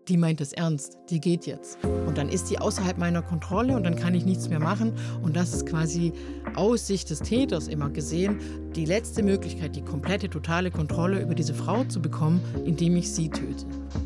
die meint es ernst, die geht jetzt. Und dann ist die außerhalb meiner Kontrolle und dann kann ich nichts mehr machen. Und das ist quasi aus Sicht des Täters immer gesehen die letzte Möglichkeit, die komplette, totale Kontrolle über diese Frau zu bekommen, indem ich sie töte.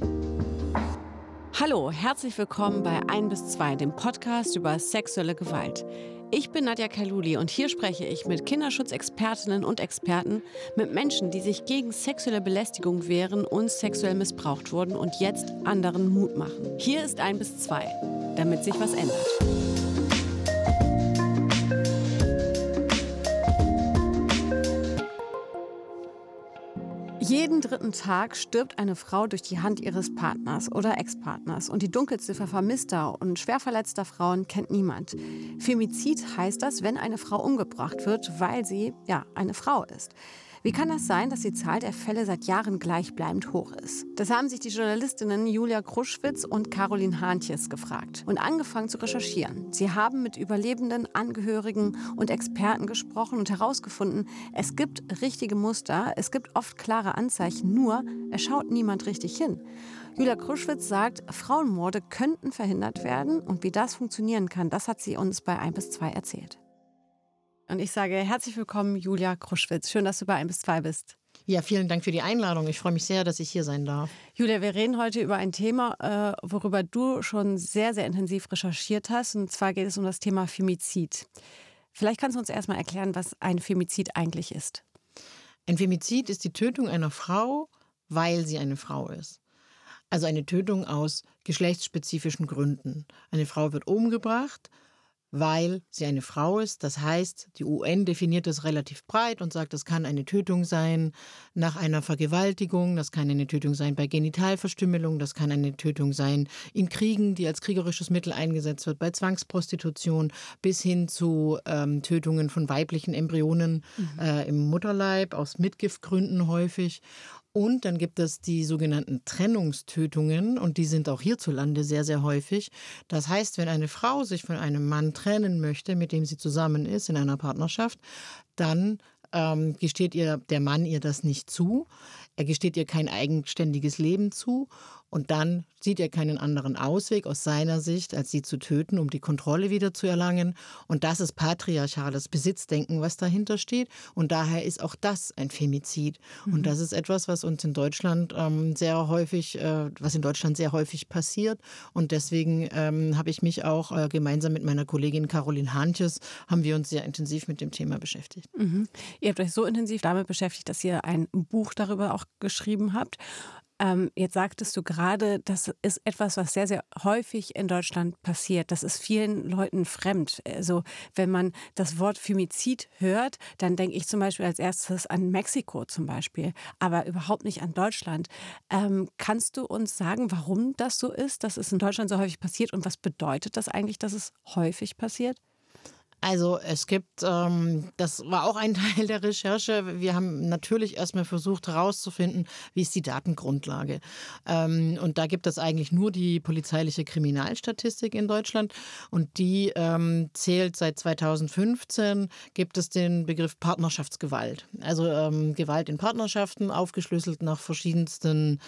Hallo, herzlich willkommen bei 1-2, dem Podcast über sexuelle Gewalt. Ich bin Nadja Kaluli und hier spreche ich mit Kinderschutzexpertinnen und Experten, mit Menschen, die sich gegen sexuelle Belästigung wehren und sexuell missbraucht wurden und jetzt anderen Mut machen. Hier ist 1-2, damit sich was ändert. Jeden dritten Tag stirbt eine Frau durch die Hand ihres Partners oder Ex-Partners. Und die Dunkelziffer vermisster und schwer verletzter Frauen kennt niemand. Femizid heißt das, wenn eine Frau umgebracht wird, weil sie, eine Frau ist. Wie kann das sein, dass die Zahl der Fälle seit Jahren gleichbleibend hoch ist? Das haben sich die Journalistinnen Julia Kruschwitz und Caroline Haantjes gefragt und angefangen zu recherchieren. Sie haben mit Überlebenden, Angehörigen und Experten gesprochen und herausgefunden, es gibt richtige Muster, es gibt oft klare Anzeichen, nur es schaut niemand richtig hin. Julia Kruschwitz sagt, Frauenmorde könnten verhindert werden und wie das funktionieren kann, das hat sie uns bei 1-2 erzählt. Und ich sage herzlich willkommen, Julia Kruschwitz. Schön, dass du bei 1-2 bist. Ja, vielen Dank für die Einladung. Ich freue mich sehr, dass ich hier sein darf. Julia, wir reden heute über ein Thema, worüber du schon sehr, sehr intensiv recherchiert hast. Und zwar geht es um das Thema Femizid. Vielleicht kannst du uns erstmal erklären, was ein Femizid eigentlich ist. Ein Femizid ist die Tötung einer Frau, weil sie eine Frau ist. Also eine Tötung aus geschlechtsspezifischen Gründen. Eine Frau wird umgebracht, weil sie eine Frau ist. Das heißt, die UN definiert das relativ breit und sagt, das kann eine Tötung sein nach einer Vergewaltigung, das kann eine Tötung sein bei Genitalverstümmelung, das kann eine Tötung sein in Kriegen, die als kriegerisches Mittel eingesetzt wird, bei Zwangsprostitution, bis hin zu Tötungen von weiblichen Embryonen im Mutterleib, aus Mitgiftgründen häufig. Und dann gibt es die sogenannten Trennungstötungen und die sind auch hierzulande sehr, sehr häufig. Das heißt, wenn eine Frau sich von einem Mann trennen möchte, mit dem sie zusammen ist in einer Partnerschaft, dann gesteht ihr der Mann ihr das nicht zu. Er gesteht ihr kein eigenständiges Leben zu und dann sieht er keinen anderen Ausweg aus seiner Sicht, als sie zu töten, um die Kontrolle wieder zu erlangen. Und das ist patriarchales Besitzdenken, was dahinter steht. Und daher ist auch das ein Femizid. Und das ist etwas, was uns in Deutschland sehr häufig passiert. Und deswegen habe ich mich auch gemeinsam mit meiner Kollegin Caroline Haantjes, haben wir uns sehr intensiv mit dem Thema beschäftigt. Mhm. Ihr habt euch so intensiv damit beschäftigt, dass ihr ein Buch darüber auch geschrieben habt. Jetzt sagtest du gerade, das ist etwas, was sehr, sehr häufig in Deutschland passiert. Das ist vielen Leuten fremd. Also wenn man das Wort Femizid hört, dann denke ich zum Beispiel als erstes an Mexiko zum Beispiel, aber überhaupt nicht an Deutschland. Kannst du uns sagen, warum das so ist, dass es in Deutschland so häufig passiert und was bedeutet das eigentlich, dass es häufig passiert? Also es gibt, das war auch ein Teil der Recherche, wir haben natürlich erstmal versucht herauszufinden, wie ist die Datengrundlage. Und da gibt es eigentlich nur die polizeiliche Kriminalstatistik in Deutschland und die zählt seit 2015, gibt es den Begriff Partnerschaftsgewalt. Also Gewalt in Partnerschaften, aufgeschlüsselt nach verschiedensten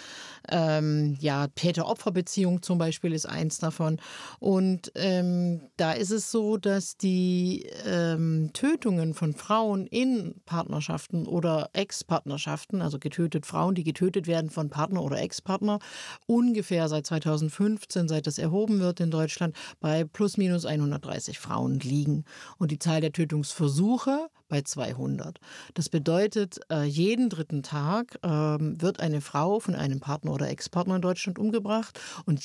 Täter-Opfer-Beziehungen zum Beispiel ist eins davon. Und da ist es so, dass die Tötungen von Frauen in Partnerschaften oder Ex-Partnerschaften, also Frauen, die getötet werden von Partner oder Ex-Partner, ungefähr seit 2015, seit das erhoben wird in Deutschland, bei plus minus 130 Frauen liegen. Und die Zahl der Tötungsversuche bei 200. Das bedeutet, jeden dritten Tag wird eine Frau von einem Partner oder Ex-Partner in Deutschland umgebracht und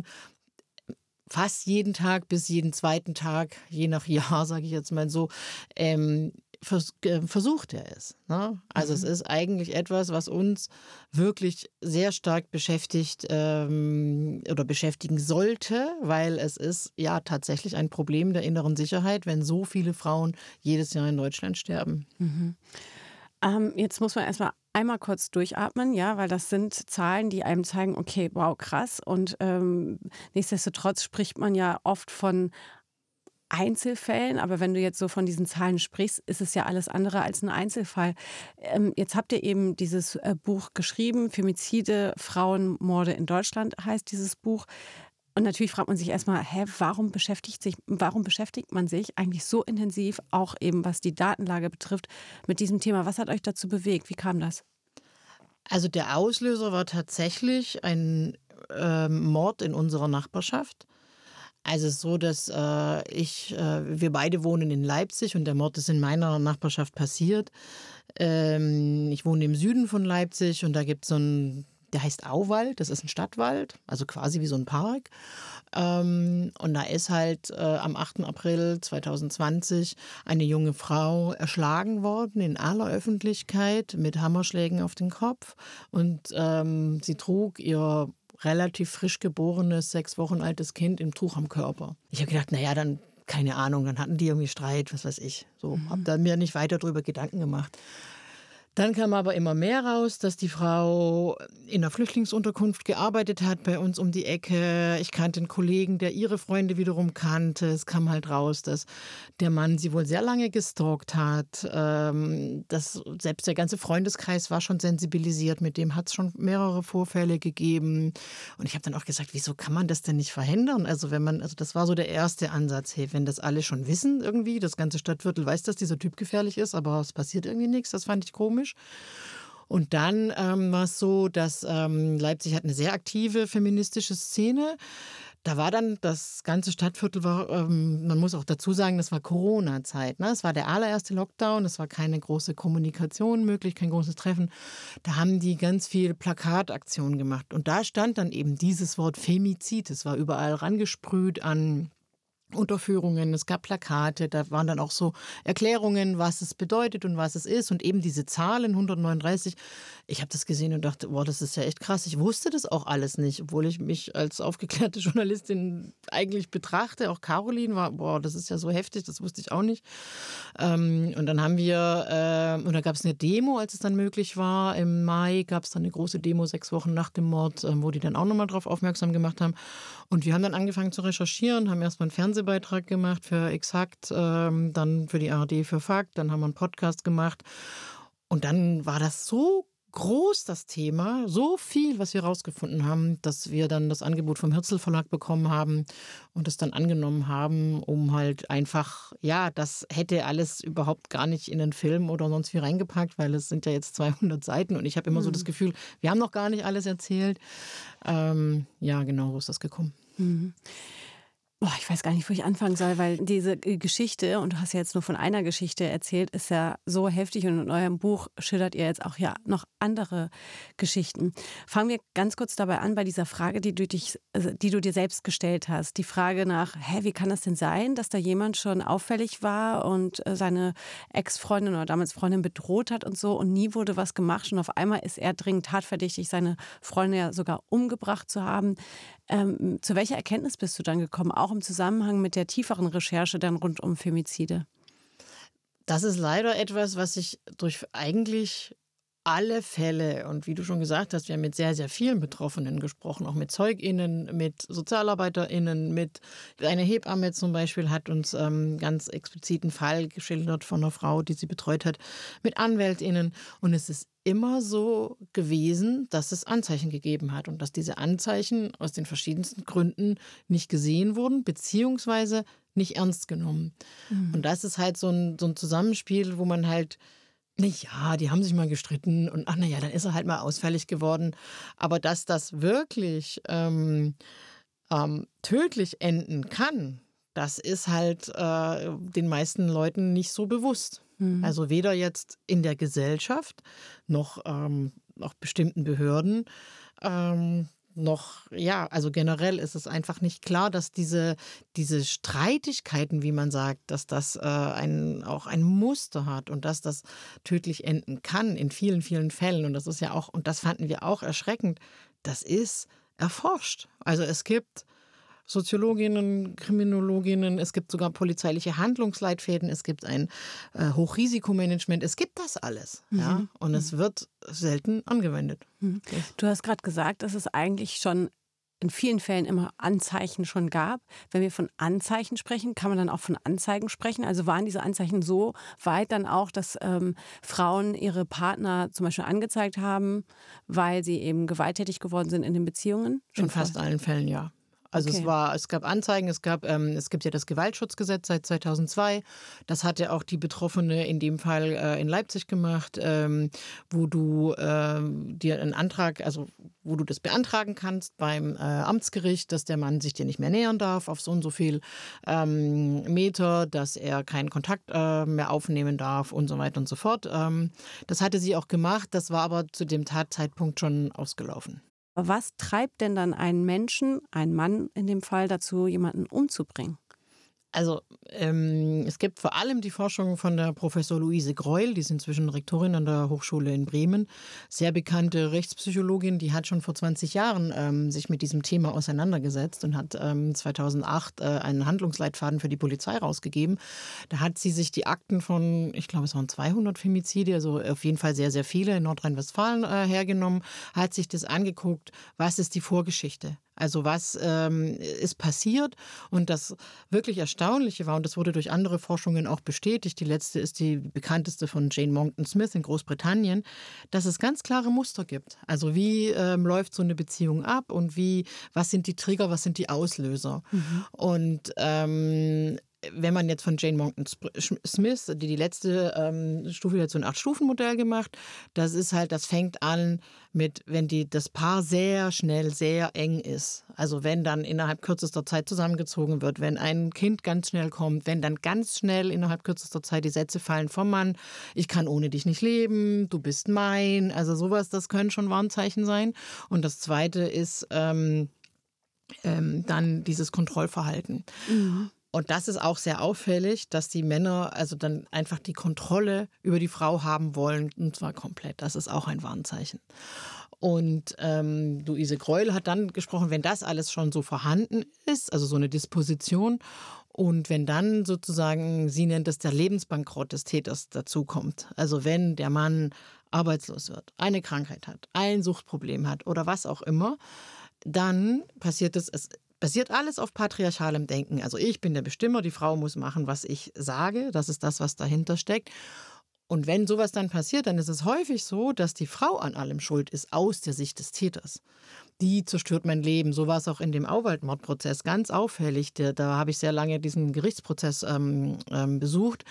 fast jeden Tag bis jeden zweiten Tag, je nach Jahr, sage ich jetzt mal so, versucht er es. Ne? Also es ist eigentlich etwas, was uns wirklich sehr stark beschäftigt oder beschäftigen sollte, weil es ist ja tatsächlich ein Problem der inneren Sicherheit, wenn so viele Frauen jedes Jahr in Deutschland sterben. Mhm. Jetzt muss man erstmal einmal kurz durchatmen, ja, weil das sind Zahlen, die einem zeigen, okay, wow, krass. Und nichtsdestotrotz spricht man ja oft von Einzelfällen, aber wenn du jetzt so von diesen Zahlen sprichst, ist es ja alles andere als ein Einzelfall. Jetzt habt ihr eben dieses Buch geschrieben, Femizide, Frauenmorde in Deutschland heißt dieses Buch. Und natürlich fragt man sich erstmal, warum beschäftigt man sich eigentlich so intensiv, auch eben was die Datenlage betrifft, mit diesem Thema? Was hat euch dazu bewegt? Wie kam das? Also der Auslöser war tatsächlich ein Mord in unserer Nachbarschaft. Also es ist so, dass wir beide wohnen in Leipzig und der Mord ist in meiner Nachbarschaft passiert. Ich wohne im Süden von Leipzig und da gibt es der heißt Auwald, das ist ein Stadtwald, also quasi wie so ein Park. Und da ist halt am 8. April 2020 eine junge Frau erschlagen worden in aller Öffentlichkeit mit Hammerschlägen auf den Kopf. Und sie trug ihr relativ frisch geborenes, 6 Wochen altes Kind im Tuch am Körper. Ich habe gedacht, naja, dann, keine Ahnung, dann hatten die irgendwie Streit, was weiß ich. So, habe da mir nicht weiter darüber Gedanken gemacht. Dann kam aber immer mehr raus, dass die Frau in einer Flüchtlingsunterkunft gearbeitet hat bei uns um die Ecke. Ich kannte einen Kollegen, der ihre Freunde wiederum kannte. Es kam halt raus, dass der Mann sie wohl sehr lange gestalkt hat. Selbst der ganze Freundeskreis war schon sensibilisiert. Mit dem hat es schon mehrere Vorfälle gegeben. Und ich habe dann auch gesagt, wieso kann man das denn nicht verhindern? Also das war so der erste Ansatz. Hey, wenn das alle schon wissen irgendwie, das ganze Stadtviertel weiß, dass dieser Typ gefährlich ist, aber es passiert irgendwie nichts. Das fand ich komisch. Und dann war es so, dass Leipzig hat eine sehr aktive feministische Szene. Da war dann das ganze Stadtviertel, man muss auch dazu sagen, das war Corona-Zeit. Ne? Es war der allererste Lockdown, es war keine große Kommunikation möglich, kein großes Treffen. Da haben die ganz viel Plakataktionen gemacht. Und da stand dann eben dieses Wort Femizid. Es war überall rangesprüht an Unterführungen, es gab Plakate, da waren dann auch so Erklärungen, was es bedeutet und was es ist und eben diese Zahlen 139. Ich habe das gesehen und dachte, boah, das ist ja echt krass. Ich wusste das auch alles nicht, obwohl ich mich als aufgeklärte Journalistin eigentlich betrachte. Auch Caroline war, boah, das ist ja so heftig, das wusste ich auch nicht. Und dann haben wir, und da gab es eine Demo, als es dann möglich war. Im Mai gab es dann eine große Demo, 6 Wochen nach dem Mord, wo die dann auch nochmal drauf aufmerksam gemacht haben. Und wir haben dann angefangen zu recherchieren, haben erstmal einen Fernsehbeitrag gemacht für Exakt, dann für die ARD für Fakt, dann haben wir einen Podcast gemacht. Und dann war das so groß, das Thema, so viel, was wir rausgefunden haben, dass wir dann das Angebot vom Hürzel Verlag bekommen haben und es dann angenommen haben, um halt einfach, ja, das hätte alles überhaupt gar nicht in einen Film oder sonst wie reingepackt, weil es sind ja jetzt 200 Seiten und ich habe immer so das Gefühl, wir haben noch gar nicht alles erzählt. Ja, genau, so ist das gekommen. Mhm. Boah, ich weiß gar nicht, wo ich anfangen soll, weil diese Geschichte, und du hast ja jetzt nur von einer Geschichte erzählt, ist ja so heftig und in eurem Buch schildert ihr jetzt auch ja noch andere Geschichten. Fangen wir ganz kurz dabei an bei dieser Frage, die du dir selbst gestellt hast. Die Frage nach, wie kann das denn sein, dass da jemand schon auffällig war und seine Ex-Freundin oder damals Freundin bedroht hat und so und nie wurde was gemacht und auf einmal ist er dringend tatverdächtig, seine Freundin ja sogar umgebracht zu haben. Zu welcher Erkenntnis bist du dann gekommen, auch im Zusammenhang mit der tieferen Recherche dann rund um Femizide? Das ist leider etwas, was sich durch eigentlich alle Fälle, und wie du schon gesagt hast, wir haben mit sehr, sehr vielen Betroffenen gesprochen, auch mit ZeugInnen, mit SozialarbeiterInnen, mit eine Hebamme zum Beispiel hat uns ganz expliziten Fall geschildert von einer Frau, die sie betreut hat, mit AnwältInnen. Und es ist immer so gewesen, dass es Anzeichen gegeben hat und dass diese Anzeichen aus den verschiedensten Gründen nicht gesehen wurden, beziehungsweise nicht ernst genommen. Und das ist halt so ein Zusammenspiel, wo man halt ja, die haben sich mal gestritten und ach na ja, dann ist er halt mal ausfällig geworden. Aber dass das wirklich tödlich enden kann, das ist halt den meisten Leuten nicht so bewusst. Also weder jetzt in der Gesellschaft noch bestimmten Behörden. Also generell ist es einfach nicht klar, dass diese Streitigkeiten, wie man sagt, dass das auch ein Muster hat und dass das tödlich enden kann in vielen, vielen Fällen. Und das ist ja auch, und das fanden wir auch erschreckend, das ist erforscht. Also es gibt Soziologinnen, Kriminologinnen, es gibt sogar polizeiliche Handlungsleitfäden, es gibt ein Hochrisikomanagement, es gibt das alles. Ja? Und es wird selten angewendet. Du hast gerade gesagt, dass es eigentlich schon in vielen Fällen immer Anzeichen schon gab. Wenn wir von Anzeichen sprechen, kann man dann auch von Anzeigen sprechen? Also waren diese Anzeichen so weit dann auch, dass Frauen ihre Partner zum Beispiel angezeigt haben, weil sie eben gewalttätig geworden sind in den Beziehungen? In fast allen Fällen, ja. Also Okay. es gab Anzeigen, es gibt ja das Gewaltschutzgesetz seit 2002. Das hatte auch die Betroffene in dem Fall in Leipzig gemacht, wo du dir einen Antrag, also wo du das beantragen kannst beim Amtsgericht, dass der Mann sich dir nicht mehr nähern darf auf so und so viel Meter, dass er keinen Kontakt mehr aufnehmen darf und so weiter und so fort. Das hatte sie auch gemacht, das war aber zu dem Tatzeitpunkt schon ausgelaufen. Was treibt denn dann einen Menschen, einen Mann in dem Fall, dazu, jemanden umzubringen? Also es gibt vor allem die Forschung von der Professor Luise Greuel, die ist inzwischen Rektorin an der Hochschule in Bremen, sehr bekannte Rechtspsychologin, die hat schon vor 20 Jahren sich mit diesem Thema auseinandergesetzt und hat 2008 einen Handlungsleitfaden für die Polizei rausgegeben. Da hat sie sich die Akten von, ich glaube es waren 200 Femizide, also auf jeden Fall sehr, sehr viele in Nordrhein-Westfalen hergenommen, hat sich das angeguckt, was ist die Vorgeschichte? Also was ist passiert? Und das wirklich Erstaunliche war, und das wurde durch andere Forschungen auch bestätigt, die letzte ist die bekannteste von Jane Monckton Smith in Großbritannien, dass es ganz klare Muster gibt. Also wie läuft so eine Beziehung ab und was sind die Trigger, was sind die Auslöser? Und wenn man jetzt von Jane Monckton Smith, die letzte Stufe, die hat so ein 8-Stufen-Modell gemacht, das fängt an mit, wenn das Paar sehr schnell, sehr eng ist. Also wenn dann innerhalb kürzester Zeit zusammengezogen wird, wenn ein Kind ganz schnell kommt, wenn dann ganz schnell innerhalb kürzester Zeit die Sätze fallen vom Mann, ich kann ohne dich nicht leben, du bist mein, also sowas, das können schon Warnzeichen sein. Und das Zweite ist dann dieses Kontrollverhalten. Mhm. Und das ist auch sehr auffällig, dass die Männer also dann einfach die Kontrolle über die Frau haben wollen, und zwar komplett. Das ist auch ein Warnzeichen. Und Luise Greuel hat dann gesprochen, wenn das alles schon so vorhanden ist, also so eine Disposition, und wenn dann sozusagen, sie nennt es der Lebensbankrott des Täters dazukommt, also wenn der Mann arbeitslos wird, eine Krankheit hat, ein Suchtproblem hat oder was auch immer, dann passiert es basiert alles auf patriarchalem Denken. Also ich bin der Bestimmer, die Frau muss machen, was ich sage. Das ist das, was dahinter steckt. Und wenn sowas dann passiert, dann ist es häufig so, dass die Frau an allem schuld ist, aus der Sicht des Täters. Die zerstört mein Leben. So war es auch in dem Auwald-Mordprozess ganz auffällig. Da habe ich sehr lange diesen Gerichtsprozess besucht.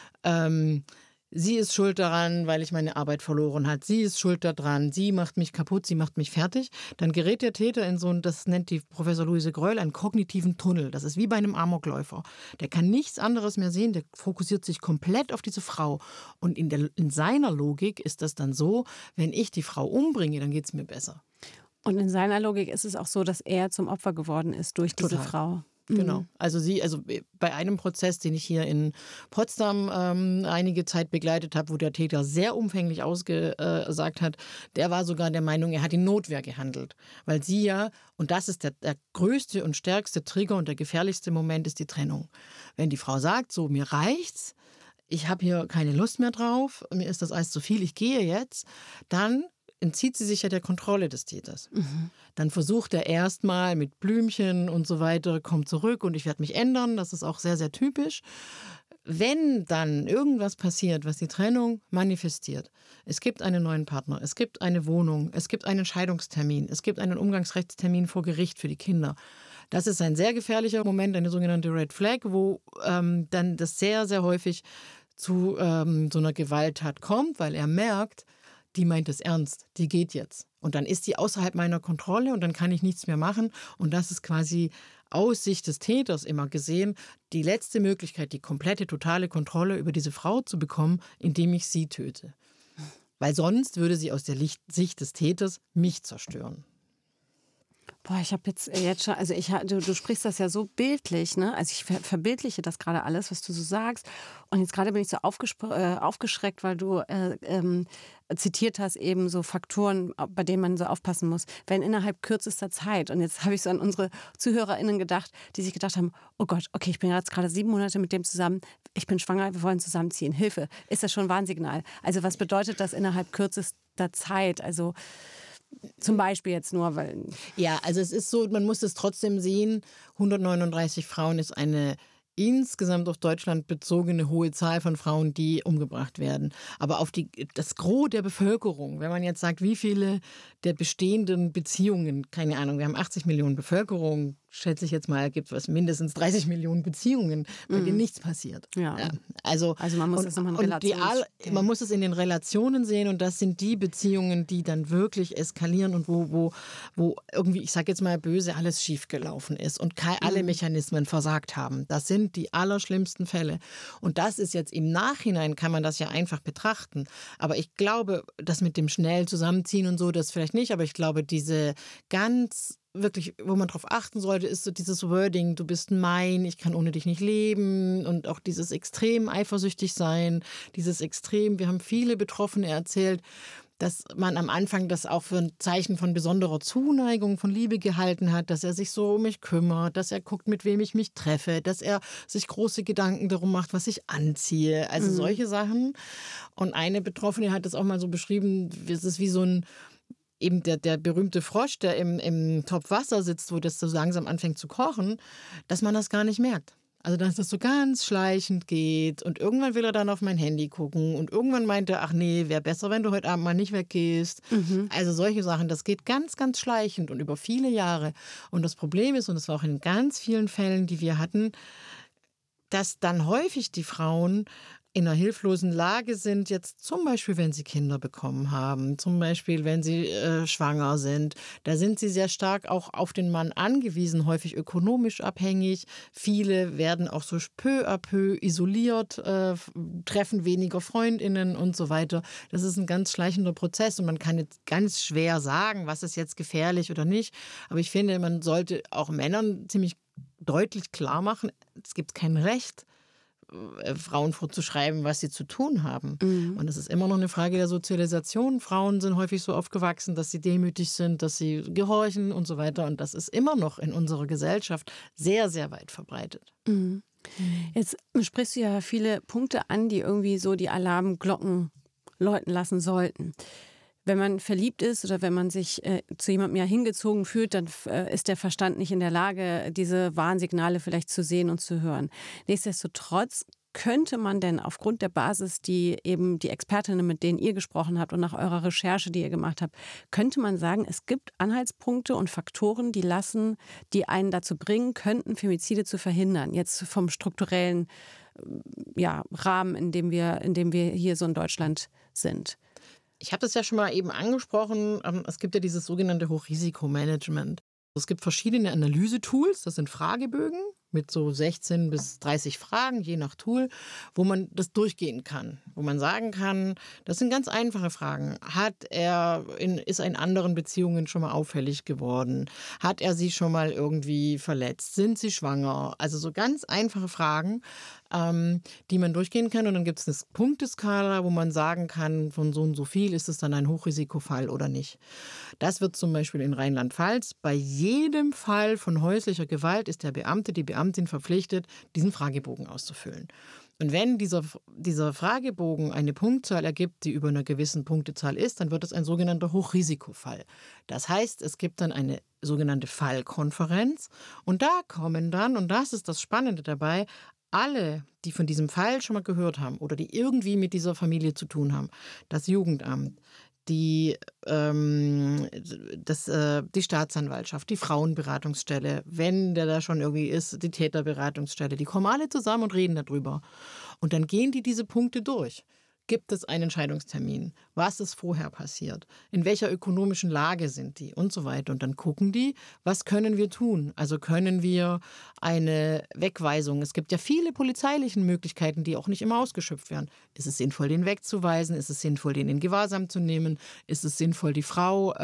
Sie ist schuld daran, weil ich meine Arbeit verloren habe. Sie ist schuld daran. Sie macht mich kaputt, sie macht mich fertig. Dann gerät der Täter in so einen, das nennt die Professor Luise Greuel, einen kognitiven Tunnel. Das ist wie bei einem Amokläufer. Der kann nichts anderes mehr sehen, der fokussiert sich komplett auf diese Frau. Und in seiner Logik ist das dann so, wenn ich die Frau umbringe, dann geht es mir besser. Und in seiner Logik ist es auch so, dass er zum Opfer geworden ist durch diese Total. Frau. Genau. Also bei einem Prozess, den ich hier in Potsdam einige Zeit begleitet habe, wo der Täter sehr umfänglich ausgesagt hat, der war sogar der Meinung, er hat in Notwehr gehandelt. Weil sie ja, und das ist der größte und stärkste Trigger und der gefährlichste Moment ist die Trennung. Wenn die Frau sagt, so mir reicht's, ich habe hier keine Lust mehr drauf, mir ist das alles zu viel, ich gehe jetzt, dann entzieht sie sich ja der Kontrolle des Täters. Dann versucht er erstmal mit Blümchen und so weiter, kommt zurück und ich werde mich ändern. Das ist auch sehr, sehr typisch. Wenn dann irgendwas passiert, was die Trennung manifestiert, es gibt einen neuen Partner, es gibt eine Wohnung, es gibt einen Scheidungstermin, es gibt einen Umgangsrechtstermin vor Gericht für die Kinder. Das ist ein sehr gefährlicher Moment, eine sogenannte Red Flag, wo dann das sehr, sehr häufig zu so einer Gewalttat kommt, weil er merkt, die meint es ernst, die geht jetzt. Und dann ist die außerhalb meiner Kontrolle und dann kann ich nichts mehr machen. Und das ist quasi aus Sicht des Täters immer gesehen die letzte Möglichkeit, die komplette, totale Kontrolle über diese Frau zu bekommen, indem ich sie töte. Weil sonst würde sie aus der Sicht des Täters mich zerstören. Boah, ich habe jetzt schon, also du sprichst das ja so bildlich, ne? Also ich verbildliche das gerade alles, was du so sagst. Und jetzt gerade bin ich so aufgeschreckt, weil du zitiert hast eben so Faktoren, bei denen man so aufpassen muss, wenn innerhalb kürzester Zeit. Und jetzt habe ich so an unsere ZuhörerInnen gedacht, die sich gedacht haben, oh Gott, okay, ich bin jetzt gerade 7 Monate mit dem zusammen, ich bin schwanger, wir wollen zusammenziehen, Hilfe. Ist das schon ein Warnsignal? Also was bedeutet das innerhalb kürzester Zeit? Also Zum Beispiel jetzt nur, weil... Ja, also es ist so, man muss es trotzdem sehen, 139 Frauen ist eine insgesamt auf Deutschland bezogene hohe Zahl von Frauen, die umgebracht werden. Aber auf das Gros der Bevölkerung, wenn man jetzt sagt, wie viele der bestehenden Beziehungen, keine Ahnung, wir haben 80 Millionen Bevölkerung, schätze ich jetzt mal, gibt es mindestens 30 Millionen Beziehungen, bei denen nichts passiert. Ja. Also man muss das nochmal in Relation stellen. Man muss es in den Relationen sehen und das sind die Beziehungen, die dann wirklich eskalieren und wo irgendwie, ich sage jetzt mal böse, alles schiefgelaufen ist und alle Mechanismen versagt haben. Das sind die allerschlimmsten Fälle. Und das ist jetzt im Nachhinein, kann man das ja einfach betrachten. Aber ich glaube, das mit dem schnell zusammenziehen und so, das vielleicht nicht, aber ich glaube, diese ganz wirklich, wo man drauf achten sollte, ist so dieses Wording, du bist mein, ich kann ohne dich nicht leben und auch dieses extrem eifersüchtig sein, dieses extrem, wir haben viele Betroffene erzählt, dass man am Anfang das auch für ein Zeichen von besonderer Zuneigung, von Liebe gehalten hat, dass er sich so um mich kümmert, dass er guckt, mit wem ich mich treffe, dass er sich große Gedanken darum macht, was ich anziehe, also solche Sachen. Und eine Betroffene hat das auch mal so beschrieben, es ist wie so ein eben der berühmte Frosch, der im Topf Wasser sitzt, wo das so langsam anfängt zu kochen, dass man das gar nicht merkt. Also dass das so ganz schleichend geht und irgendwann will er dann auf mein Handy gucken und irgendwann meint er, ach nee, wäre besser, wenn du heute Abend mal nicht weggehst. Also solche Sachen, das geht ganz, ganz schleichend und über viele Jahre. Und das Problem ist, und das war auch in ganz vielen Fällen, die wir hatten, dass dann häufig die Frauen in einer hilflosen Lage sind, jetzt zum Beispiel, wenn sie Kinder bekommen haben, zum Beispiel, wenn sie schwanger sind. Da sind sie sehr stark auch auf den Mann angewiesen, häufig ökonomisch abhängig. Viele werden auch so peu à peu isoliert, treffen weniger FreundInnen und so weiter. Das ist ein ganz schleichender Prozess und man kann jetzt ganz schwer sagen, was ist jetzt gefährlich oder nicht. Aber ich finde, man sollte auch Männern ziemlich deutlich klar machen, es gibt kein Recht, Frauen vorzuschreiben, was sie zu tun haben. Und es ist immer noch eine Frage der Sozialisation. Frauen sind häufig so aufgewachsen, dass sie demütig sind, dass sie gehorchen und so weiter. Und das ist immer noch in unserer Gesellschaft sehr, sehr weit verbreitet. Jetzt sprichst du ja viele Punkte an, die irgendwie so die Alarmglocken läuten lassen sollten. Wenn man verliebt ist oder wenn man sich zu jemandem ja hingezogen fühlt, dann ist der Verstand nicht in der Lage, diese Warnsignale vielleicht zu sehen und zu hören. Nichtsdestotrotz könnte man denn aufgrund der Basis, die eben die Expertinnen, mit denen ihr gesprochen habt und nach eurer Recherche, die ihr gemacht habt, könnte man sagen, es gibt Anhaltspunkte und Faktoren, die einen dazu bringen könnten, Femizide zu verhindern. Jetzt vom strukturellen Rahmen, in dem wir hier so in Deutschland sind. Ich habe das ja schon mal eben angesprochen. Es gibt ja dieses sogenannte Hochrisikomanagement. Es gibt verschiedene Analysetools, das sind Fragebögen mit so 16 bis 30 Fragen, je nach Tool, wo man das durchgehen kann. Wo man sagen kann, das sind ganz einfache Fragen. Ist er in anderen Beziehungen schon mal auffällig geworden? Hat er sie schon mal irgendwie verletzt? Sind sie schwanger? Also so ganz einfache Fragen, die man durchgehen kann. Und dann gibt es eine Punkteskala, wo man sagen kann, von so und so viel ist es dann ein Hochrisikofall oder nicht. Das wird zum Beispiel in Rheinland-Pfalz bei jedem Fall von häuslicher Gewalt ist der Beamte, die Beamtin verpflichtet, diesen Fragebogen auszufüllen. Und wenn dieser Fragebogen eine Punktzahl ergibt, die über einer gewissen Punktezahl ist, dann wird es ein sogenannter Hochrisikofall. Das heißt, es gibt dann eine sogenannte Fallkonferenz und da kommen dann, und das ist das Spannende dabei, alle, die von diesem Fall schon mal gehört haben oder die irgendwie mit dieser Familie zu tun haben, das Jugendamt, die Staatsanwaltschaft, die Frauenberatungsstelle, wenn der da schon irgendwie ist, die Täterberatungsstelle, die kommen alle zusammen und reden darüber. Und dann gehen die diese Punkte durch. Gibt es einen Entscheidungstermin? Was ist vorher passiert? In welcher ökonomischen Lage sind die? Und so weiter. Und dann gucken die, was können wir tun? Also können wir eine Wegweisung, es gibt ja viele polizeiliche Möglichkeiten, die auch nicht immer ausgeschöpft werden. Ist es sinnvoll, den wegzuweisen? Ist es sinnvoll, den in Gewahrsam zu nehmen? Ist es sinnvoll, die Frau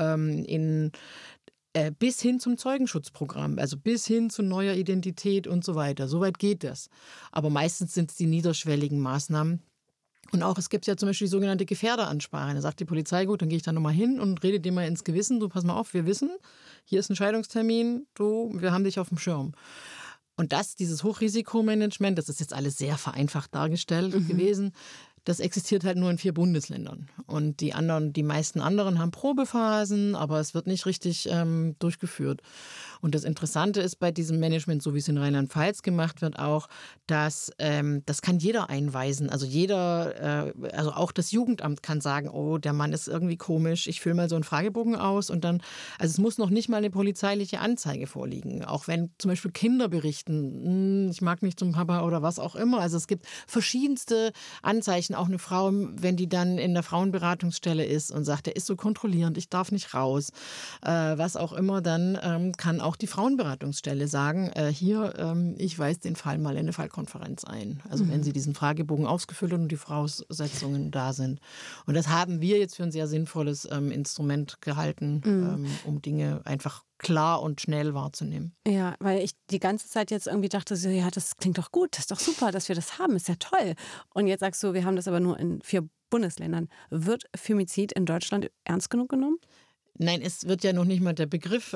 bis hin zum Zeugenschutzprogramm, also bis hin zu neuer Identität und so weiter. Soweit geht das. Aber meistens sind es die niederschwelligen Maßnahmen. Und auch, es gibt ja zum Beispiel die sogenannte Gefährderansprache. Da sagt die Polizei, gut, dann gehe ich da nochmal hin und rede dir mal ins Gewissen. Du, pass mal auf, wir wissen, hier ist ein Scheidungstermin, wir haben dich auf dem Schirm. Und dieses Hochrisikomanagement, das ist jetzt alles sehr vereinfacht dargestellt gewesen, Das existiert halt nur in 4 Bundesländern. Und die meisten anderen haben Probephasen, aber es wird nicht richtig durchgeführt. Und das Interessante ist bei diesem Management, so wie es in Rheinland-Pfalz gemacht wird, auch, dass das kann jeder einweisen. Also also auch das Jugendamt kann sagen, oh, der Mann ist irgendwie komisch, ich fülle mal so einen Fragebogen aus und dann, also es muss noch nicht mal eine polizeiliche Anzeige vorliegen. Auch wenn zum Beispiel Kinder berichten, ich mag nicht zum Papa oder was auch immer. Also es gibt verschiedenste Anzeichen. Auch eine Frau, wenn die dann in der Frauenberatungsstelle ist und sagt, der ist so kontrollierend, ich darf nicht raus, was auch immer, dann kann auch die Frauenberatungsstelle sagen, ich weise den Fall mal in eine Fallkonferenz ein. Also wenn sie diesen Fragebogen ausgefüllt haben und die Voraussetzungen da sind. Und das haben wir jetzt für ein sehr sinnvolles Instrument gehalten, um Dinge einfach klar und schnell wahrzunehmen. Ja, weil ich die ganze Zeit jetzt irgendwie dachte, so, ja, das klingt doch gut, das ist doch super, dass wir das haben, ist ja toll. Und jetzt sagst du, wir haben das aber nur in 4 Bundesländern. Wird Femizid in Deutschland ernst genug genommen? Nein, es wird ja noch nicht mal der Begriff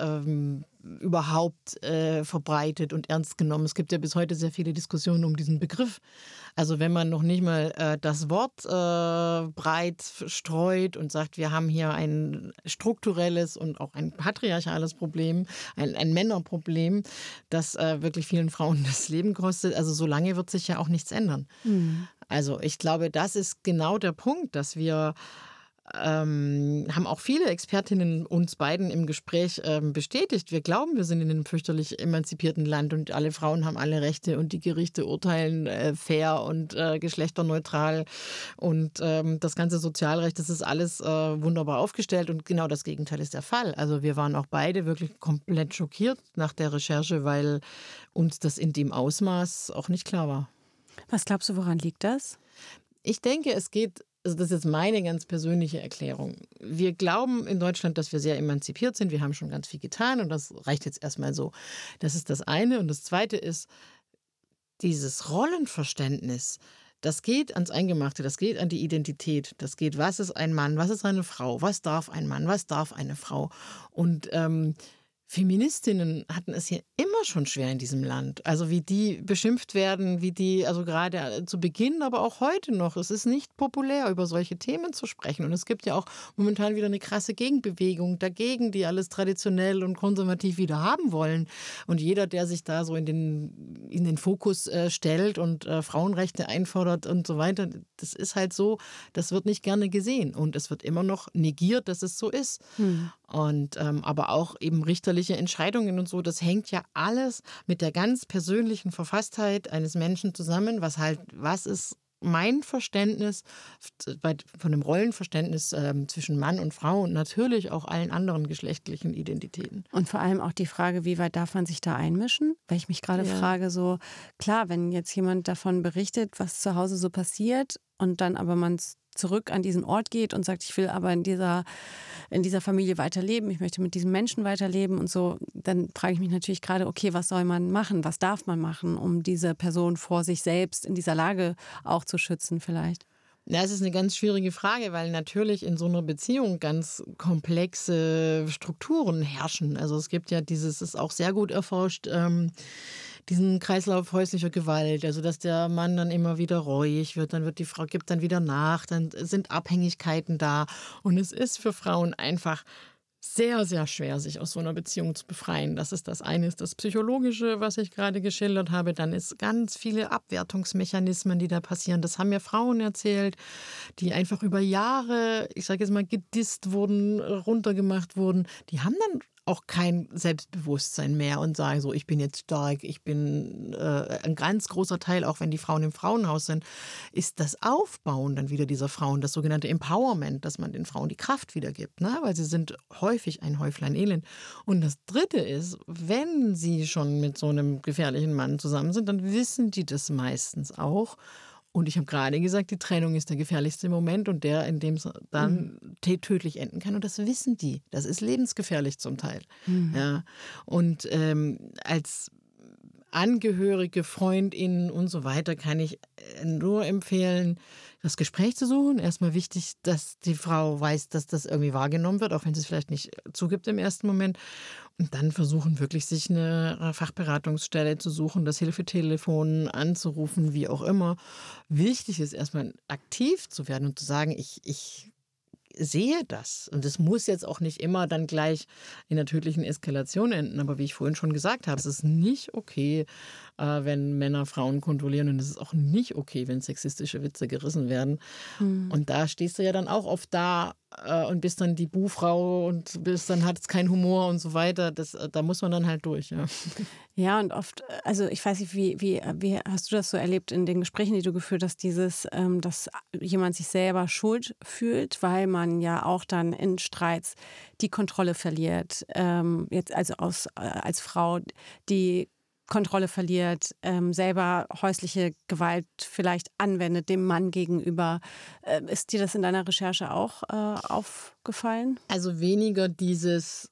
überhaupt verbreitet und ernst genommen. Es gibt ja bis heute sehr viele Diskussionen um diesen Begriff. Also wenn man noch nicht mal das Wort breit streut und sagt, wir haben hier ein strukturelles und auch ein patriarchales Problem, ein Männerproblem, das wirklich vielen Frauen das Leben kostet. Also so lange wird sich ja auch nichts ändern. Also ich glaube, das ist genau der Punkt, dass wir haben auch viele Expertinnen uns beiden im Gespräch bestätigt. Wir glauben, wir sind in einem fürchterlich emanzipierten Land und alle Frauen haben alle Rechte und die Gerichte urteilen fair und geschlechterneutral und das ganze Sozialrecht, das ist alles wunderbar aufgestellt und genau das Gegenteil ist der Fall. Also wir waren auch beide wirklich komplett schockiert nach der Recherche, weil uns das in dem Ausmaß auch nicht klar war. Was glaubst du, woran liegt das? Ich denke, also das ist jetzt meine ganz persönliche Erklärung. Wir glauben in Deutschland, dass wir sehr emanzipiert sind. Wir haben schon ganz viel getan und das reicht jetzt erstmal so. Das ist das eine. Und das zweite ist, dieses Rollenverständnis, das geht ans Eingemachte, das geht an die Identität. Das geht, was ist ein Mann, was ist eine Frau, was darf ein Mann, was darf eine Frau. Und Feministinnen hatten es hier immer schon schwer in diesem Land. Also wie die beschimpft werden, also gerade zu Beginn, aber auch heute noch. Es ist nicht populär, über solche Themen zu sprechen. Und es gibt ja auch momentan wieder eine krasse Gegenbewegung dagegen, die alles traditionell und konservativ wieder haben wollen. Und jeder, der sich da so in den Fokus stellt und Frauenrechte einfordert und so weiter, das ist halt so, das wird nicht gerne gesehen. Und es wird immer noch negiert, dass es so ist. Und aber auch eben richterliche Entscheidungen und so, das hängt ja alles mit der ganz persönlichen Verfasstheit eines Menschen zusammen, was ist mein Verständnis von dem Rollenverständnis zwischen Mann und Frau und natürlich auch allen anderen geschlechtlichen Identitäten. Und vor allem auch die Frage, wie weit darf man sich da einmischen? Weil ich mich gerade frage, so klar, wenn jetzt jemand davon berichtet, was zu Hause so passiert und dann aber man zurück an diesen Ort geht und sagt, ich will aber in dieser Familie weiterleben, ich möchte mit diesem Menschen weiterleben und so, dann frage ich mich natürlich gerade, okay, was soll man machen, was darf man machen, um diese Person vor sich selbst in dieser Lage auch zu schützen vielleicht? Ja, es ist eine ganz schwierige Frage, weil natürlich in so einer Beziehung ganz komplexe Strukturen herrschen. Also es gibt ja ist auch sehr gut erforscht, diesen Kreislauf häuslicher Gewalt, also dass der Mann dann immer wieder reuig wird, dann wird die Frau, gibt dann wieder nach, dann sind Abhängigkeiten da. Und es ist für Frauen einfach sehr, sehr schwer, sich aus so einer Beziehung zu befreien. Das ist das eine, ist das Psychologische, was ich gerade geschildert habe. Dann ist ganz viele Abwertungsmechanismen, die da passieren. Das haben mir Frauen erzählt, die einfach über Jahre, ich sage jetzt mal, gedisst wurden, runtergemacht wurden. Die haben dann auch kein Selbstbewusstsein mehr und sagen so, ich bin jetzt stark, ich bin ein ganz großer Teil, auch wenn die Frauen im Frauenhaus sind, ist das Aufbauen dann wieder dieser Frauen, das sogenannte Empowerment, dass man den Frauen die Kraft wiedergibt, ne? Weil sie sind häufig ein Häuflein Elend. Und das Dritte ist, wenn sie schon mit so einem gefährlichen Mann zusammen sind, dann wissen die das meistens auch. Und ich habe gerade gesagt, die Trennung ist der gefährlichste Moment und der, in dem es dann tödlich enden kann. Und das wissen die. Das ist lebensgefährlich zum Teil. Ja. Und als Angehörige, FreundInnen und so weiter kann ich nur empfehlen, das Gespräch zu suchen. Erstmal wichtig, dass die Frau weiß, dass das irgendwie wahrgenommen wird, auch wenn sie es vielleicht nicht zugibt im ersten Moment. Und dann versuchen wirklich, sich eine Fachberatungsstelle zu suchen, das Hilfetelefon anzurufen, wie auch immer. Wichtig ist erstmal aktiv zu werden und zu sagen, ich sehe das. Und es muss jetzt auch nicht immer dann gleich in einer tödlichen Eskalation enden. Aber wie ich vorhin schon gesagt habe, es ist nicht okay, wenn Männer Frauen kontrollieren. Und es ist auch nicht okay, wenn sexistische Witze gerissen werden. Mhm. Und da stehst du ja dann auch oft da und bist dann die Buhfrau und dann hat es keinen Humor und so weiter. Da muss man dann halt durch. Ja. Ja, und oft, also ich weiß nicht, wie hast du das so erlebt in den Gesprächen, die du geführt hast, dass jemand sich selber schuld fühlt, weil man ja auch dann in Streits die Kontrolle verliert, jetzt also als Frau die Kontrolle verliert, selber häusliche Gewalt vielleicht anwendet dem Mann gegenüber. Ist dir das in deiner Recherche auch aufgefallen? Also weniger dieses,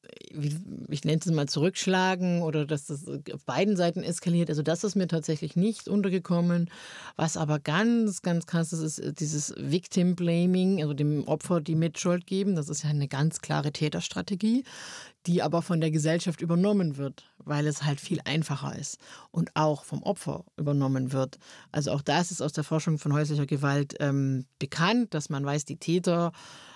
ich nenne es mal zurückschlagen oder dass das auf beiden Seiten eskaliert. Also das ist mir tatsächlich nicht untergekommen. Was aber ganz, ganz krass ist, ist dieses Victim Blaming, also dem Opfer die Mitschuld geben. Das ist ja eine ganz klare Täterstrategie, die aber von der Gesellschaft übernommen wird, weil es halt viel einfacher ist und auch vom Opfer übernommen wird. Also auch das ist aus der Forschung von häuslicher Gewalt bekannt, dass man weiß, die Täter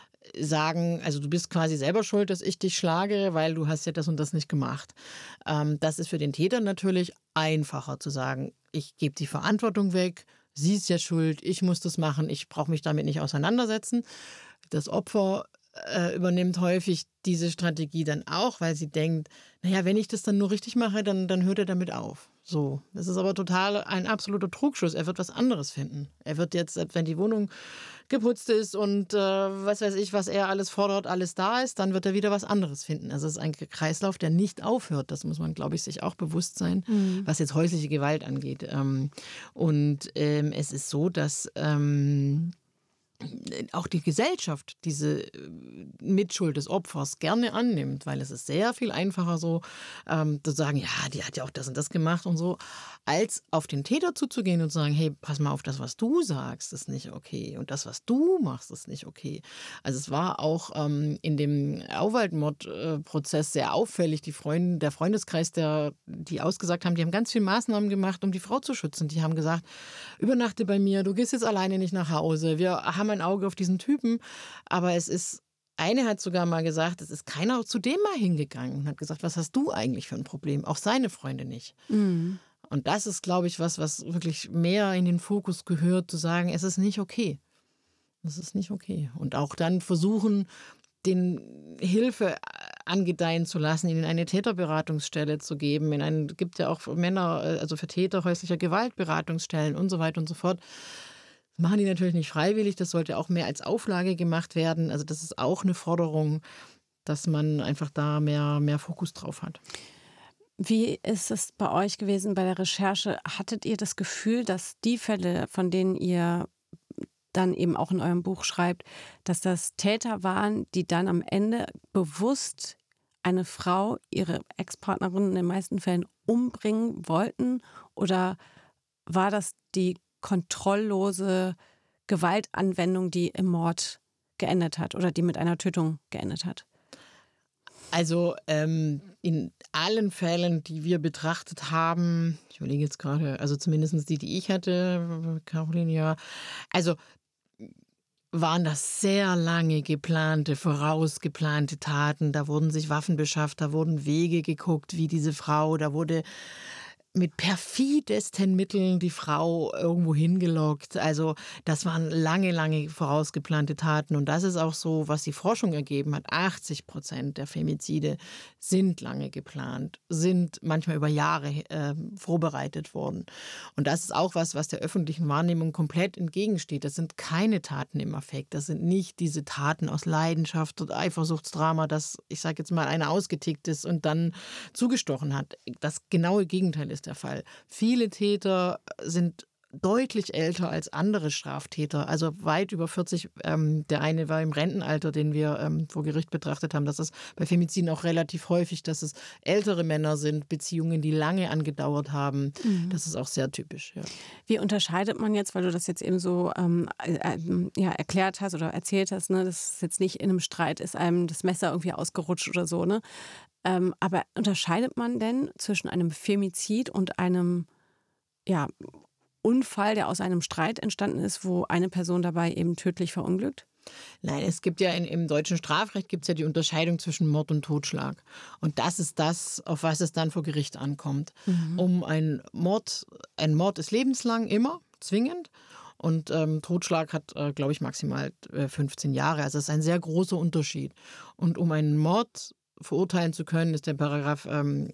sagen, also du bist quasi selber schuld, dass ich dich schlage, weil du hast ja das und das nicht gemacht. Das ist für den Täter natürlich einfacher zu sagen, ich gebe die Verantwortung weg, sie ist ja schuld, ich muss das machen, ich brauche mich damit nicht auseinandersetzen. Das Opfer übernimmt häufig diese Strategie dann auch, weil sie denkt, naja, wenn ich das dann nur richtig mache, dann hört er damit auf. So, das ist aber total ein absoluter Trugschluss. Er wird was anderes finden. Er wird jetzt, wenn die Wohnung geputzt ist und was weiß ich, was er alles fordert, alles da ist, dann wird er wieder was anderes finden. Also es ist ein Kreislauf, der nicht aufhört. Das muss man, glaube ich, sich auch bewusst sein, was jetzt häusliche Gewalt angeht. Es ist so, dass auch die Gesellschaft diese Mitschuld des Opfers gerne annimmt, weil es ist sehr viel einfacher so zu sagen, ja, die hat ja auch das und das gemacht und so, als auf den Täter zuzugehen und zu sagen, hey, pass mal auf, das, was du sagst, ist nicht okay und das, was du machst, ist nicht okay. Also es war auch in dem Auwald-Mord-Prozess sehr auffällig, der Freundeskreis, die ausgesagt haben, die haben ganz viele Maßnahmen gemacht, um die Frau zu schützen. Die haben gesagt, übernachte bei mir, du gehst jetzt alleine nicht nach Hause, wir haben ein Auge auf diesen Typen, aber eine hat sogar mal gesagt, es ist keiner zu dem mal hingegangen und hat gesagt, was hast du eigentlich für ein Problem? Auch seine Freunde nicht. Mhm. Und das ist, glaube ich, was wirklich mehr in den Fokus gehört, zu sagen, es ist nicht okay. Es ist nicht okay. Und auch dann versuchen, den Hilfe angedeihen zu lassen, ihnen eine Täterberatungsstelle zu geben. Gibt ja auch für Männer, also für Täter häuslicher Gewalt Beratungsstellen und so weiter und so fort. Das machen die natürlich nicht freiwillig, das sollte auch mehr als Auflage gemacht werden. Also das ist auch eine Forderung, dass man einfach da mehr Fokus drauf hat. Wie ist es bei euch gewesen bei der Recherche? Hattet ihr das Gefühl, dass die Fälle, von denen ihr dann eben auch in eurem Buch schreibt, dass das Täter waren, die dann am Ende bewusst eine Frau, ihre Ex-Partnerin in den meisten Fällen umbringen wollten? Oder war das die kontrolllose Gewaltanwendung, die im Mord geendet hat oder die mit einer Tötung geendet hat? Also in allen Fällen, die wir betrachtet haben, ich überlege jetzt gerade, also zumindest die ich hatte, Caroline, ja, also waren das sehr lange geplante, vorausgeplante Taten. Da wurden sich Waffen beschafft, da wurden Wege geguckt, wie diese Frau, da wurde mit perfidesten Mitteln die Frau irgendwo hingelockt. Also das waren lange, lange vorausgeplante Taten. Und das ist auch so, was die Forschung ergeben hat. 80% der Femizide sind lange geplant, sind manchmal über Jahre vorbereitet worden. Und das ist auch was der öffentlichen Wahrnehmung komplett entgegensteht. Das sind keine Taten im Affekt. Das sind nicht diese Taten aus Leidenschaft und Eifersuchtsdrama, dass, ich sage jetzt mal, einer ausgetickt ist und dann zugestochen hat. Das genaue Gegenteil ist der Fall. Viele Täter sind deutlich älter als andere Straftäter, also weit über 40. Der eine war im Rentenalter, den wir vor Gericht betrachtet haben. Das ist bei Femiziden auch relativ häufig, dass es ältere Männer sind, Beziehungen, die lange angedauert haben. Das ist auch sehr typisch. Ja. Wie unterscheidet man jetzt, weil du das jetzt eben so ja, erklärt hast oder erzählt hast, ne, dass es jetzt nicht in einem Streit ist, einem das Messer irgendwie ausgerutscht oder so, ne? Aber unterscheidet man denn zwischen einem Femizid und einem, ja, Unfall, der aus einem Streit entstanden ist, wo eine Person dabei eben tödlich verunglückt? Nein, es gibt ja im deutschen Strafrecht gibt's ja die Unterscheidung zwischen Mord und Totschlag. Und das ist das, auf was es dann vor Gericht ankommt. Um ein Mord ist lebenslang immer, zwingend. Und Totschlag hat, glaube ich, maximal 15 Jahre. Also es ist ein sehr großer Unterschied. Und um einen Mord verurteilen zu können, ist der Paragraph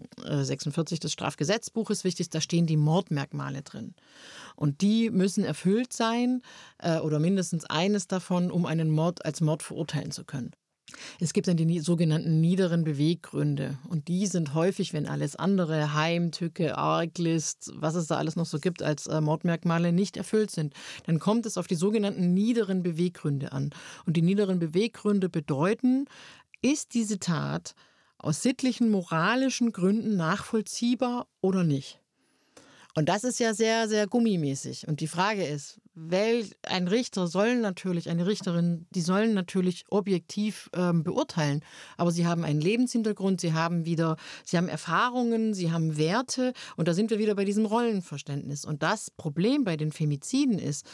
46 des Strafgesetzbuches wichtig. Da stehen die Mordmerkmale drin. Und die müssen erfüllt sein oder mindestens eines davon, um einen Mord als Mord verurteilen zu können. Es gibt dann die sogenannten niederen Beweggründe. Und die sind häufig, wenn alles andere, Heimtücke, Arglist, was es da alles noch so gibt als Mordmerkmale, nicht erfüllt sind. Dann kommt es auf die sogenannten niederen Beweggründe an. Und die niederen Beweggründe bedeuten, ist diese Tat aus sittlichen, moralischen Gründen nachvollziehbar oder nicht? Und das ist ja sehr, sehr gummimäßig. Und die Frage ist, ein Richter soll natürlich, eine Richterin, die sollen natürlich objektiv beurteilen. Aber sie haben einen Lebenshintergrund, sie haben Erfahrungen, sie haben Werte. Und da sind wir wieder bei diesem Rollenverständnis. Und das Problem bei den Femiziden ist,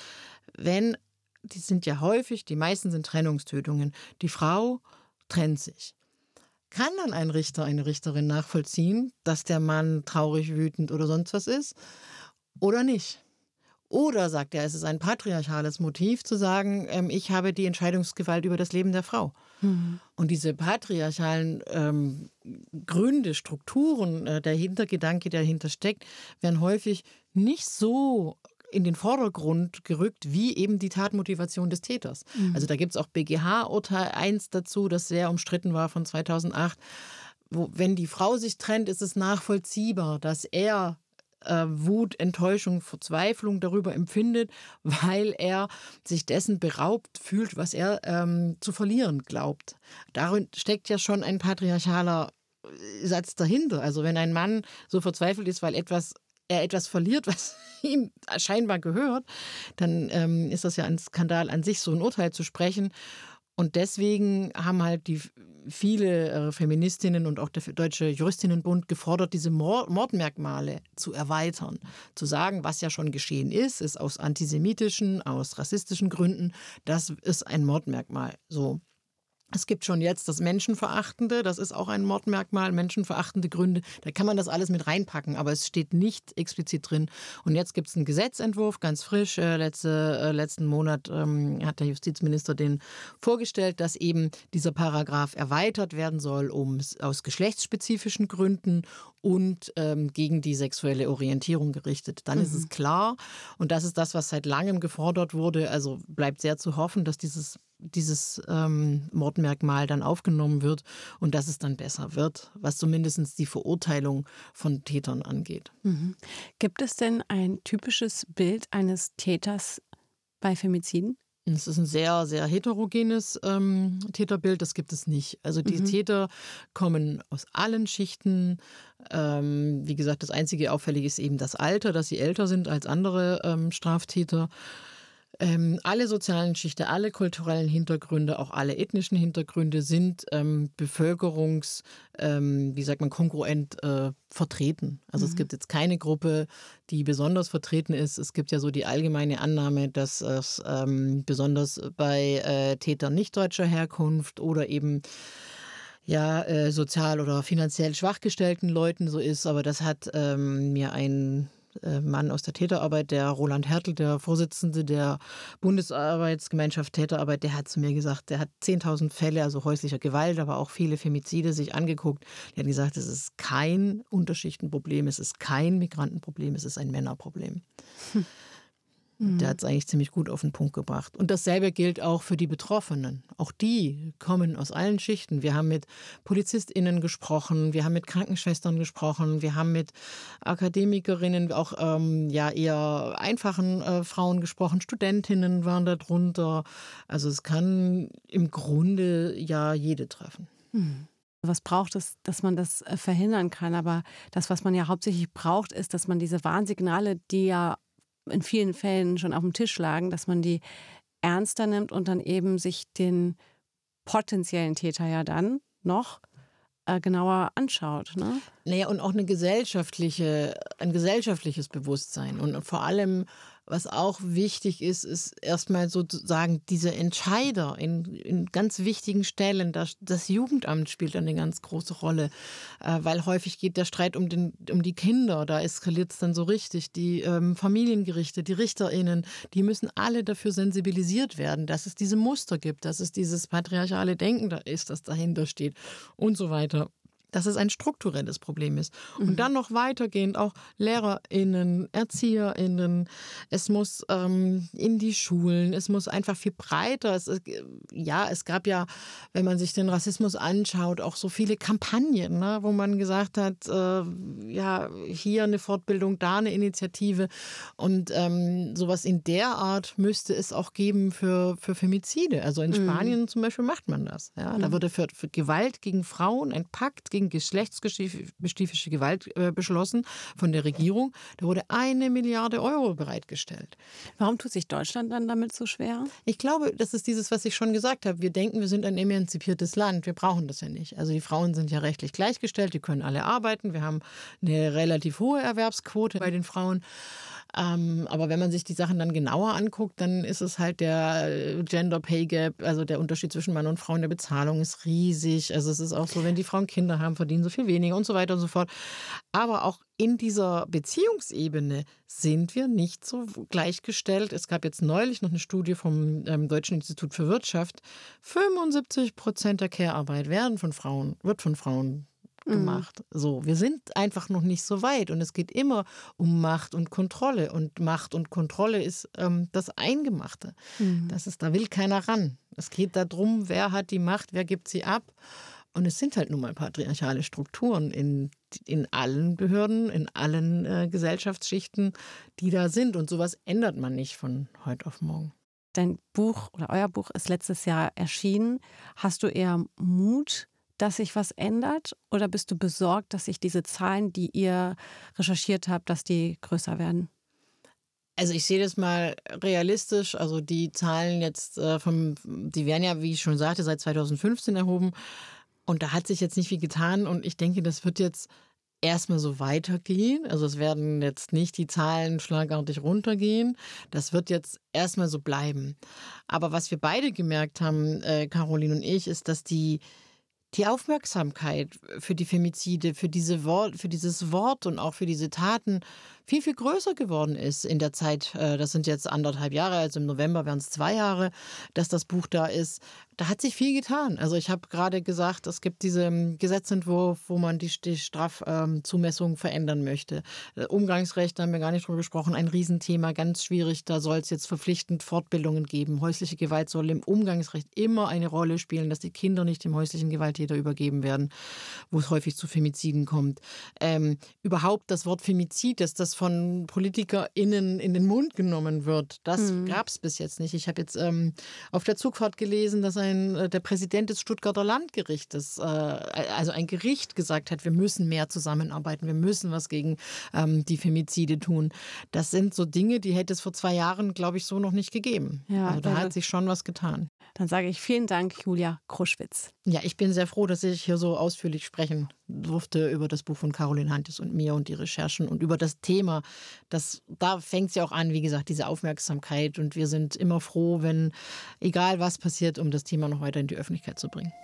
die sind ja häufig, die meisten sind Trennungstötungen. Die Frau trennt sich. Kann dann ein Richter, eine Richterin nachvollziehen, dass der Mann traurig, wütend oder sonst was ist oder nicht? Oder sagt er, es ist ein patriarchales Motiv zu sagen, ich habe die Entscheidungsgewalt über das Leben der Frau. Und diese patriarchalen Gründe, Strukturen, der Hintergedanke, der dahinter steckt, werden häufig nicht so in den Vordergrund gerückt, wie eben die Tatmotivation des Täters. Also da gibt es auch BGH-Urteil 1 dazu, das sehr umstritten war von 2008. Wenn die Frau sich trennt, ist es nachvollziehbar, dass er Wut, Enttäuschung, Verzweiflung darüber empfindet, weil er sich dessen beraubt fühlt, was er zu verlieren glaubt. Darin steckt ja schon ein patriarchaler Satz dahinter. Also wenn ein Mann so verzweifelt ist, weil er etwas verliert, was ihm scheinbar gehört, dann ist das ja ein Skandal an sich, so ein Urteil zu sprechen. Und deswegen haben halt viele Feministinnen und auch der Deutsche Juristinnenbund gefordert, diese Mordmerkmale zu erweitern. Zu sagen, was ja schon geschehen ist aus antisemitischen, aus rassistischen Gründen, das ist ein Mordmerkmal. So. Es gibt schon jetzt das Menschenverachtende, das ist auch ein Mordmerkmal, menschenverachtende Gründe. Da kann man das alles mit reinpacken, aber es steht nicht explizit drin. Und jetzt gibt es einen Gesetzentwurf, ganz frisch. Letzten Monat hat der Justizminister den vorgestellt, dass eben dieser Paragraph erweitert werden soll, aus geschlechtsspezifischen Gründen und gegen die sexuelle Orientierung gerichtet. Dann ist es klar, und das ist das, was seit langem gefordert wurde, also bleibt sehr zu hoffen, dass dieses Mordmerkmal dann aufgenommen wird und dass es dann besser wird, was zumindest die Verurteilung von Tätern angeht. Gibt es denn ein typisches Bild eines Täters bei Femiziden? Es ist ein sehr, sehr heterogenes Täterbild, das gibt es nicht. Also die Täter kommen aus allen Schichten. Wie gesagt, das einzige Auffällige ist eben das Alter, dass sie älter sind als andere Straftäter. Alle sozialen Schichten, alle kulturellen Hintergründe, auch alle ethnischen Hintergründe sind kongruent vertreten. Also es gibt jetzt keine Gruppe, die besonders vertreten ist. Es gibt ja so die allgemeine Annahme, dass es besonders bei Tätern nicht deutscher Herkunft oder eben sozial oder finanziell schwachgestellten Leuten so ist. Aber das hat mir ein Mann aus der Täterarbeit, der Roland Hertel, der Vorsitzende der Bundesarbeitsgemeinschaft Täterarbeit, der hat zu mir gesagt, der hat 10.000 Fälle, also häuslicher Gewalt, aber auch viele Femizide sich angeguckt. Der hat gesagt, es ist kein Unterschichtenproblem, es ist kein Migrantenproblem, es ist ein Männerproblem. Der hat es eigentlich ziemlich gut auf den Punkt gebracht. Und dasselbe gilt auch für die Betroffenen. Auch die kommen aus allen Schichten. Wir haben mit PolizistInnen gesprochen, wir haben mit Krankenschwestern gesprochen, wir haben mit Akademikerinnen, auch eher einfachen Frauen gesprochen. Studentinnen waren da drunter. Also es kann im Grunde ja jede treffen. Was braucht es, dass man das verhindern kann? Aber das, was man ja hauptsächlich braucht, ist, dass man diese Warnsignale, die ja in vielen Fällen schon auf dem Tisch lagen, dass man die ernster nimmt und dann eben sich den potenziellen Täter ja dann noch genauer anschaut. Ne? Naja, und auch ein gesellschaftliches Bewusstsein. Und vor allem, was auch wichtig ist, ist erstmal sozusagen diese Entscheider in ganz wichtigen Stellen. Das Jugendamt spielt eine ganz große Rolle, weil häufig geht der Streit um die Kinder. Da eskaliert es dann so richtig. Die Familiengerichte, die RichterInnen, die müssen alle dafür sensibilisiert werden, dass es diese Muster gibt, dass es dieses patriarchale Denken da ist, das dahinter steht und so weiter. Dass es ein strukturelles Problem ist. Und dann noch weitergehend auch LehrerInnen, ErzieherInnen. Es muss in die Schulen, es muss einfach viel breiter. Es gab ja, wenn man sich den Rassismus anschaut, auch so viele Kampagnen, ne, wo man gesagt hat, hier eine Fortbildung, da eine Initiative. Und sowas in der Art müsste es auch geben für Femizide. Also in Spanien zum Beispiel macht man das. Ja? Da wurde für Gewalt gegen Frauen ein Pakt gegen geschlechtsspezifische Gewalt beschlossen von der Regierung. Da wurde 1 Milliarde Euro bereitgestellt. Warum tut sich Deutschland dann damit so schwer? Ich glaube, das ist dieses, was ich schon gesagt habe. Wir denken, wir sind ein emanzipiertes Land. Wir brauchen das ja nicht. Also die Frauen sind ja rechtlich gleichgestellt, die können alle arbeiten. Wir haben eine relativ hohe Erwerbsquote bei den Frauen. Aber wenn man sich die Sachen dann genauer anguckt, dann ist es halt der Gender Pay Gap, also der Unterschied zwischen Mann und Frau in der Bezahlung ist riesig. Also es ist auch so, wenn die Frauen Kinder haben, verdienen so viel weniger und so weiter und so fort. Aber auch in dieser Beziehungsebene sind wir nicht so gleichgestellt. Es gab jetzt neulich noch eine Studie vom Deutschen Institut für Wirtschaft. 75% der Care-Arbeit wird von Frauen gemacht. So, wir sind einfach noch nicht so weit und es geht immer um Macht und Kontrolle und Macht und Kontrolle ist das Eingemachte. Da will keiner ran. Es geht darum, wer hat die Macht, wer gibt sie ab und es sind halt nun mal patriarchale Strukturen in allen Behörden, in allen Gesellschaftsschichten, die da sind und sowas ändert man nicht von heute auf morgen. Dein Buch oder euer Buch ist letztes Jahr erschienen. Hast du eher Mut, dass sich was ändert? Oder bist du besorgt, dass sich diese Zahlen, die ihr recherchiert habt, dass die größer werden? Also ich sehe das mal realistisch. Also die Zahlen jetzt, die werden ja, wie ich schon sagte, seit 2015 erhoben. Und da hat sich jetzt nicht viel getan. Und ich denke, das wird jetzt erstmal so weitergehen. Also es werden jetzt nicht die Zahlen schlagartig runtergehen. Das wird jetzt erstmal so bleiben. Aber was wir beide gemerkt haben, Caroline und ich, ist, dass die Aufmerksamkeit für die Femizide, für dieses Wort und auch für diese Taten viel, viel größer geworden ist in der Zeit. Das sind jetzt 1,5 Jahre, also im November wären es 2 Jahre, dass das Buch da ist. Da hat sich viel getan. Also ich habe gerade gesagt, es gibt diesen Gesetzentwurf, wo man die Strafzumessung verändern möchte. Umgangsrecht, da haben wir gar nicht drüber gesprochen, ein Riesenthema, ganz schwierig. Da soll es jetzt verpflichtend Fortbildungen geben. Häusliche Gewalt soll im Umgangsrecht immer eine Rolle spielen, dass die Kinder nicht dem häuslichen Gewalttäter übergeben werden, wo es häufig zu Femiziden kommt. Überhaupt das Wort Femizid, dass das von PolitikerInnen in den Mund genommen wird, das gab es bis jetzt nicht. Ich habe jetzt auf der Zugfahrt gelesen, dass der Präsident des Stuttgarter Landgerichtes, also ein Gericht, gesagt hat, wir müssen mehr zusammenarbeiten, wir müssen was gegen die Femizide tun. Das sind so Dinge, die hätte es vor 2 Jahren, glaube ich, so noch nicht gegeben. Ja, also da hat sich schon was getan. Dann sage ich vielen Dank, Julia Kruschwitz. Ja, ich bin sehr froh, dass ich hier so ausführlich sprechen durfte über das Buch von Caroline Hantis und mir und die Recherchen und über das Thema. Da fängt es ja auch an, wie gesagt, diese Aufmerksamkeit. Und wir sind immer froh, wenn, egal was passiert, um das Thema noch weiter in die Öffentlichkeit zu bringen.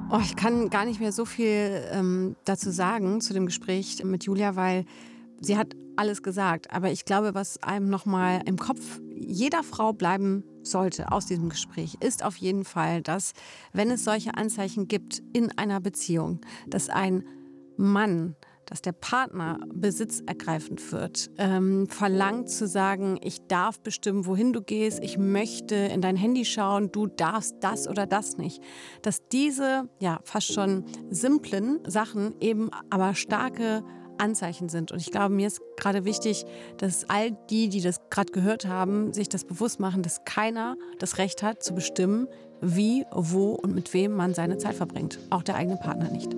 Oh, ich kann gar nicht mehr so viel dazu sagen, zu dem Gespräch mit Julia, weil sie hat alles gesagt. Aber ich glaube, was einem nochmal im Kopf jeder Frau bleiben sollte aus diesem Gespräch, ist auf jeden Fall, dass, wenn es solche Anzeichen gibt in einer Beziehung, dass ein Mann, dass der Partner besitzergreifend wird, verlangt zu sagen, ich darf bestimmen, wohin du gehst, ich möchte in dein Handy schauen, du darfst das oder das nicht. Dass diese ja fast schon simplen Sachen eben aber starke Anzeichen sind. Und ich glaube, mir ist gerade wichtig, dass all die das gerade gehört haben, sich das bewusst machen, dass keiner das Recht hat, zu bestimmen, wie, wo und mit wem man seine Zeit verbringt. Auch der eigene Partner nicht.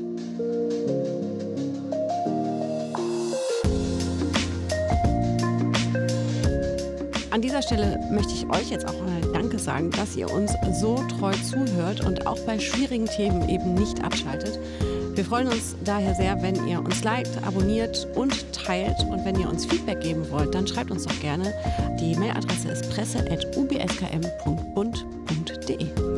An dieser Stelle möchte ich euch jetzt auch mal Danke sagen, dass ihr uns so treu zuhört und auch bei schwierigen Themen eben nicht abschaltet. Wir freuen uns daher sehr, wenn ihr uns liked, abonniert und teilt. Und wenn ihr uns Feedback geben wollt, dann schreibt uns doch gerne. Die Mailadresse ist presse@ubskm.bund.de.